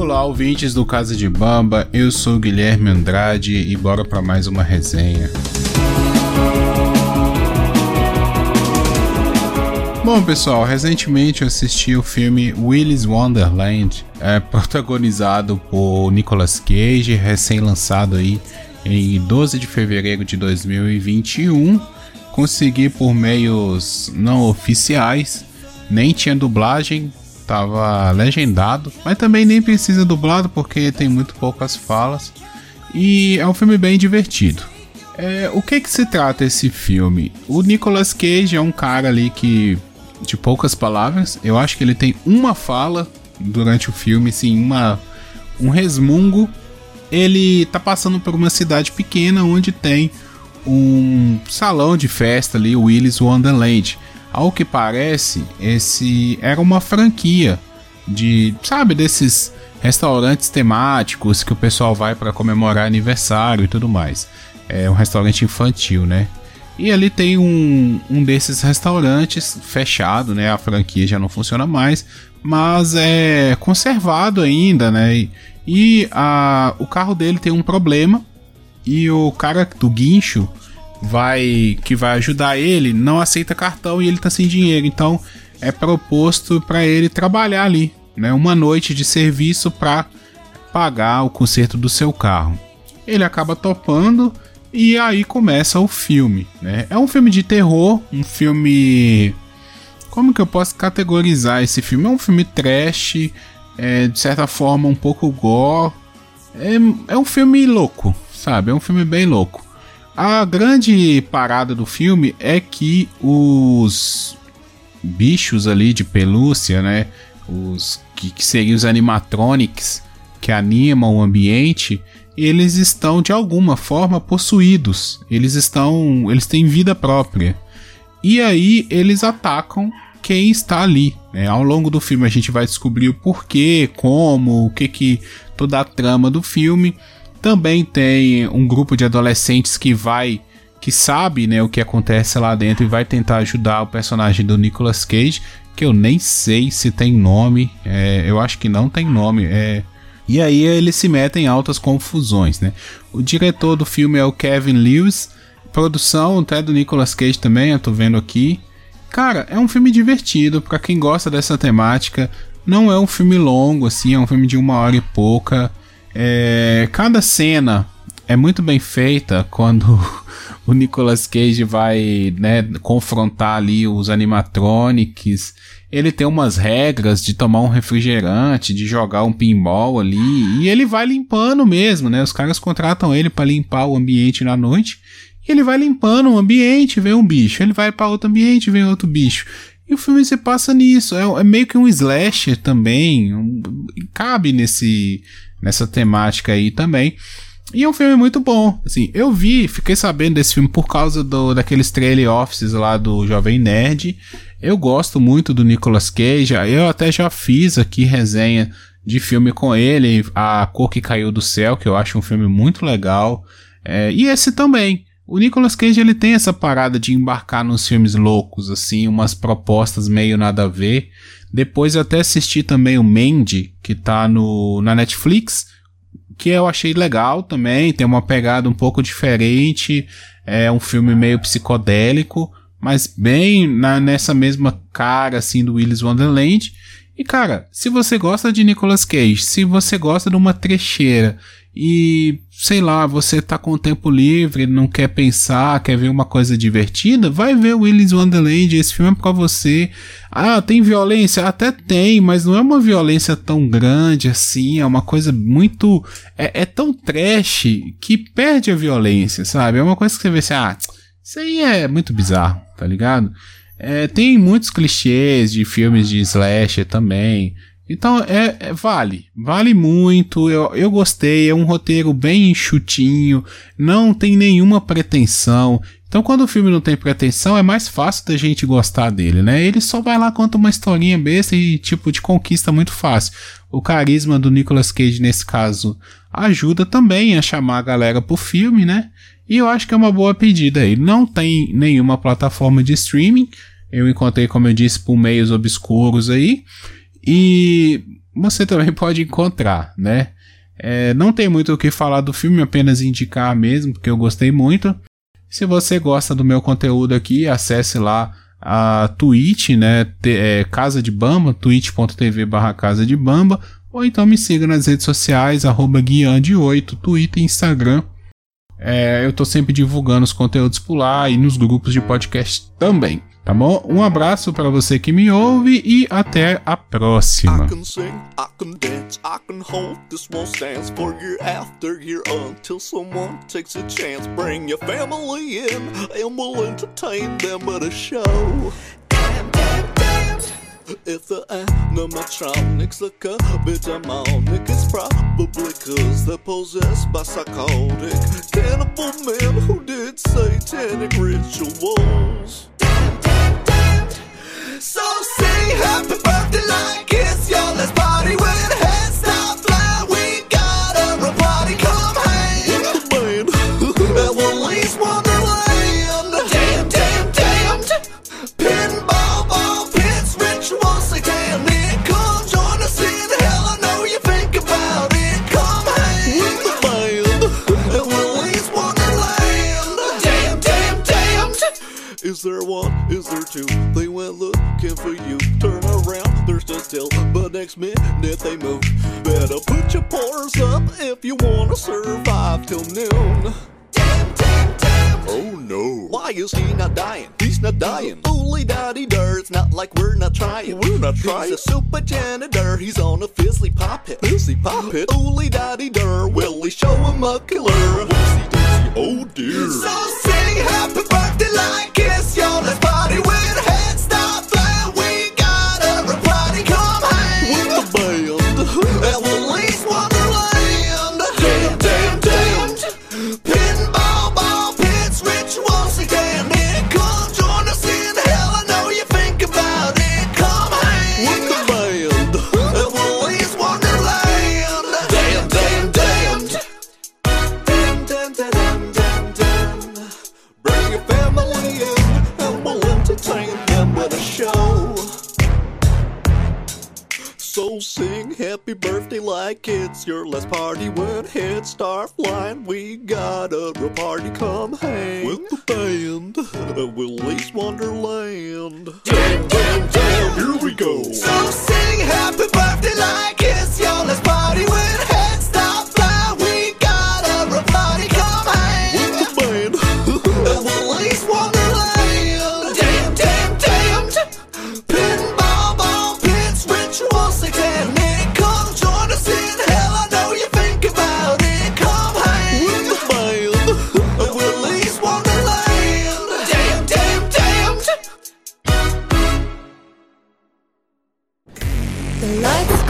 Olá, ouvintes do Casa de Bamba, eu sou o Guilherme Andrade e bora para mais uma resenha. Bom, pessoal, recentemente eu assisti o filme Willy's Wonderland, protagonizado por Nicolas Cage, recém-lançado aí em 12 de fevereiro de 2021. Consegui por meios não oficiais, nem tinha dublagem, tava legendado, mas também nem precisa dublado porque tem muito poucas falas e é um filme bem divertido. O que se trata esse filme? O Nicolas Cage é um cara ali que, de poucas palavras, eu acho que ele tem uma fala durante o filme, sim, um resmungo. Ele tá passando por uma cidade pequena onde tem um salão de festa ali, o Willy's Wonderland. Ao que parece, esse era uma franquia desses restaurantes temáticos que o pessoal vai para comemorar aniversário e tudo mais. É um restaurante infantil, né? E ali tem um desses restaurantes fechado, né? A franquia já não funciona mais, mas é conservado ainda, né? E o carro dele tem um problema e o cara do guincho que vai ajudar ele não aceita cartão e ele tá sem dinheiro, então é proposto para ele trabalhar ali, né, uma noite de serviço para pagar o conserto do seu carro. Ele acaba topando e aí começa o filme, né? É um filme de terror, um filme... Como que eu posso categorizar esse filme? É um filme trash, de certa forma um pouco gore, é um filme louco, sabe? É um filme bem louco. A grande parada do filme é que os bichos ali de pelúcia, né, os que seriam os animatronics que animam o ambiente, eles estão de alguma forma possuídos. Eles têm vida própria. E aí eles atacam quem está ali, né? Ao longo do filme a gente vai descobrir o porquê, como, o que toda a trama do filme. Também tem um grupo de adolescentes que sabe, né, o que acontece lá dentro e vai tentar ajudar o personagem do Nicolas Cage, que eu nem sei se tem nome, eu acho que não tem nome, e aí eles se metem em altas confusões, né? O diretor do filme é o Kevin Lewis, produção até do Nicolas Cage também, eu tô vendo aqui. Cara, é um filme divertido, pra quem gosta dessa temática, não é um filme longo, assim, é um filme de 1 hora e pouca. Cada cena é muito bem feita quando o Nicolas Cage vai, né, confrontar ali os animatronics. Ele tem umas regras de tomar um refrigerante, de jogar um pinball ali, e ele vai limpando mesmo, né? Os caras contratam ele para limpar o ambiente na noite, e ele vai limpando o ambiente, vem um bicho, ele vai para outro ambiente, vem outro bicho. E o filme se passa nisso, é meio que um slasher também, cabe nessa temática aí também. E é um filme muito bom, assim, fiquei sabendo desse filme por causa daqueles trailer offices lá do Jovem Nerd. Eu gosto muito do Nicolas Cage, eu até já fiz aqui resenha de filme com ele, A Cor que Caiu do Céu, que eu acho um filme muito legal, e esse também. O Nicolas Cage, ele tem essa parada de embarcar nos filmes loucos, assim, umas propostas meio nada a ver. Depois eu até assisti também o Mandy, que tá na Netflix, que eu achei legal também, tem uma pegada um pouco diferente, é um filme meio psicodélico, mas bem nessa mesma cara, assim, do Willy's Wonderland. E, cara, se você gosta de Nicolas Cage, se você gosta de uma trecheira e, sei lá, você tá com o tempo livre, não quer pensar, quer ver uma coisa divertida, vai ver o Willy's Wonderland, esse filme é pra você. Tem violência? Até tem, mas não é uma violência tão grande assim, é uma coisa muito... É tão trash que perde a violência, sabe? É uma coisa que você vê assim, isso aí é muito bizarro, tá ligado? Tem muitos clichês de filmes de slasher também. Então vale muito, eu gostei, é um roteiro bem enxutinho, não tem nenhuma pretensão. Então quando o filme não tem pretensão é mais fácil da gente gostar dele, né? Ele só vai lá, conta uma historinha besta e tipo de conquista muito fácil. O carisma do Nicolas Cage nesse caso ajuda também a chamar a galera pro filme, né? E eu acho que é uma boa pedida aí. Não tem nenhuma plataforma de streaming, eu encontrei, como eu disse, por meios obscuros aí. você também pode encontrar, né? Não tem muito o que falar do filme, apenas indicar mesmo, porque eu gostei muito. Se você gosta do meu conteúdo aqui, acesse lá a Twitch, né? Casa de Bamba, twitch.tv/Casa de Bamba, ou então me siga nas redes sociais, @guiande8, Twitter e Instagram. Eu tô sempre divulgando os conteúdos por lá e nos grupos de podcast também, tá bom? Um abraço para você que me ouve e até a próxima. I can sing, I can dance, I can hold this won't stand for year after year until someone takes a chance. Bring your family in and we'll entertain them at a show. Damn, damn, damn. If the animatronics look a bit demonic, it's probably cause they're possessed by psychotic cannibal men who did satanic rituals. Damn, damn, damn. So sing happy birthday like it's your last party. When heads stop flying, we got a party, come hang with the band at Willy's Wonderland. Damn, damn, damned. Pinball, ball pits, ritual satanic. Come join us in hell, I know you think about it. Come hang with the band at Willy's Wonderland. Damn, damn, damned. Is there one? Is there two? They went looking for you. Turn around, they're stood still, but next minute they move. Better put your paws up if you wanna survive till noon. Damn, damn, damn. Oh no. Why is he not dying? He's not dying. Ooly daddy dur, it's not like we're not trying. We're not trying. He's a super janitor, he's on a fizzly pop hit. Fizzly pop hit? Ooly daddy dur, Willie show him a killer. Whoopsie daisy, oh dear. So sing happy birthday like it's your last party. When heads stop flying, we got a party, come hang with the band at Willy's Wonderland. Damn, damn, damned. Pinball, ball pits, ritual satanic. Come join us in hell, I know you think about it. Come hang with the band at Willy's Wonderland. Damn, damn, damned. Damn, damn, damn, damn, damn. Bring your family in and we'll entertain them with a show. So sing happy birthday like it's your last party. When heads start flying, we got a party, come hang with the band at Willy's Wonderland. Damn, damn, damn, here we go. So sing happy birthday like it's your last party. When heads start flying, we got a party, come hang with the band at Willy's Wonderland. Damn, damn, damned. Pinball, ball pits, ritual satanic. Come join us in hell, I know you think about it. Come hang with the band at Willy's Wonderland. Damn, damn, damned. The lights